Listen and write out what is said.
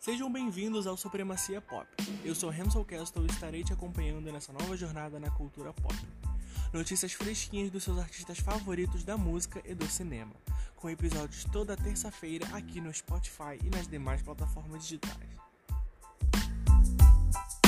Sejam bem-vindos ao Supremacia Pop. Eu sou Hamsel Castle e estarei te acompanhando nessa nova jornada na cultura pop. Notícias fresquinhas dos seus artistas favoritos da música e do cinema, com episódios toda terça-feira aqui no Spotify e nas demais plataformas digitais.